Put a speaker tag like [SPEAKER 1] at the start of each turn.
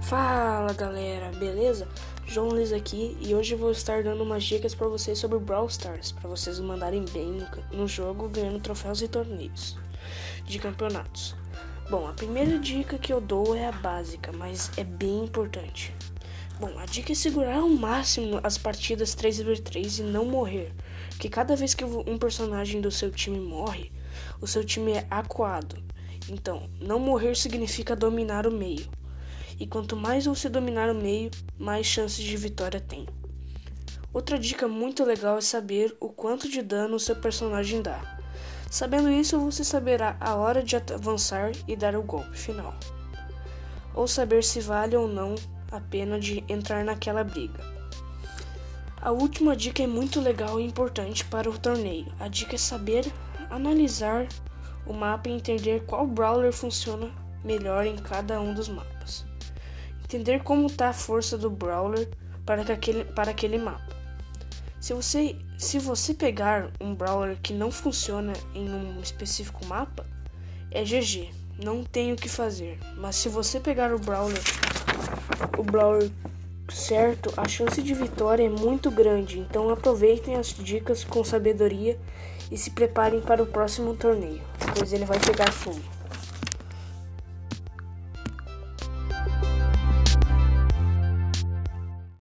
[SPEAKER 1] Fala galera, beleza? João Luiz aqui e hoje eu vou estar dando umas dicas para vocês sobre Brawl Stars, para vocês mandarem bem no jogo, ganhando troféus e torneios de campeonatos. Bom, a primeira dica que eu dou é a básica, mas é bem importante. Bom, a dica é segurar ao máximo as partidas 3v3 e não morrer, porque cada vez que um personagem do seu time morre, o seu time é acuado. Então, não morrer significa dominar o meio. E quanto mais você dominar o meio, mais chances de vitória tem. Outra dica muito legal é saber o quanto de dano o seu personagem dá. Sabendo isso, você saberá a hora de avançar e dar o golpe final. Ou saber se vale ou não a pena de entrar naquela briga. A última dica é muito legal e importante para o torneio. A dica é saber analisar o mapa e entender qual brawler funciona melhor em cada um dos mapas. Entender como está a força do brawler para aquele mapa. Se você pegar um brawler que não funciona em um específico mapa, é GG, não tem o que fazer. Mas se você pegar o brawler certo, a chance de vitória é muito grande. Então aproveitem as dicas com sabedoria e se preparem para o próximo torneio, pois ele vai pegar fogo.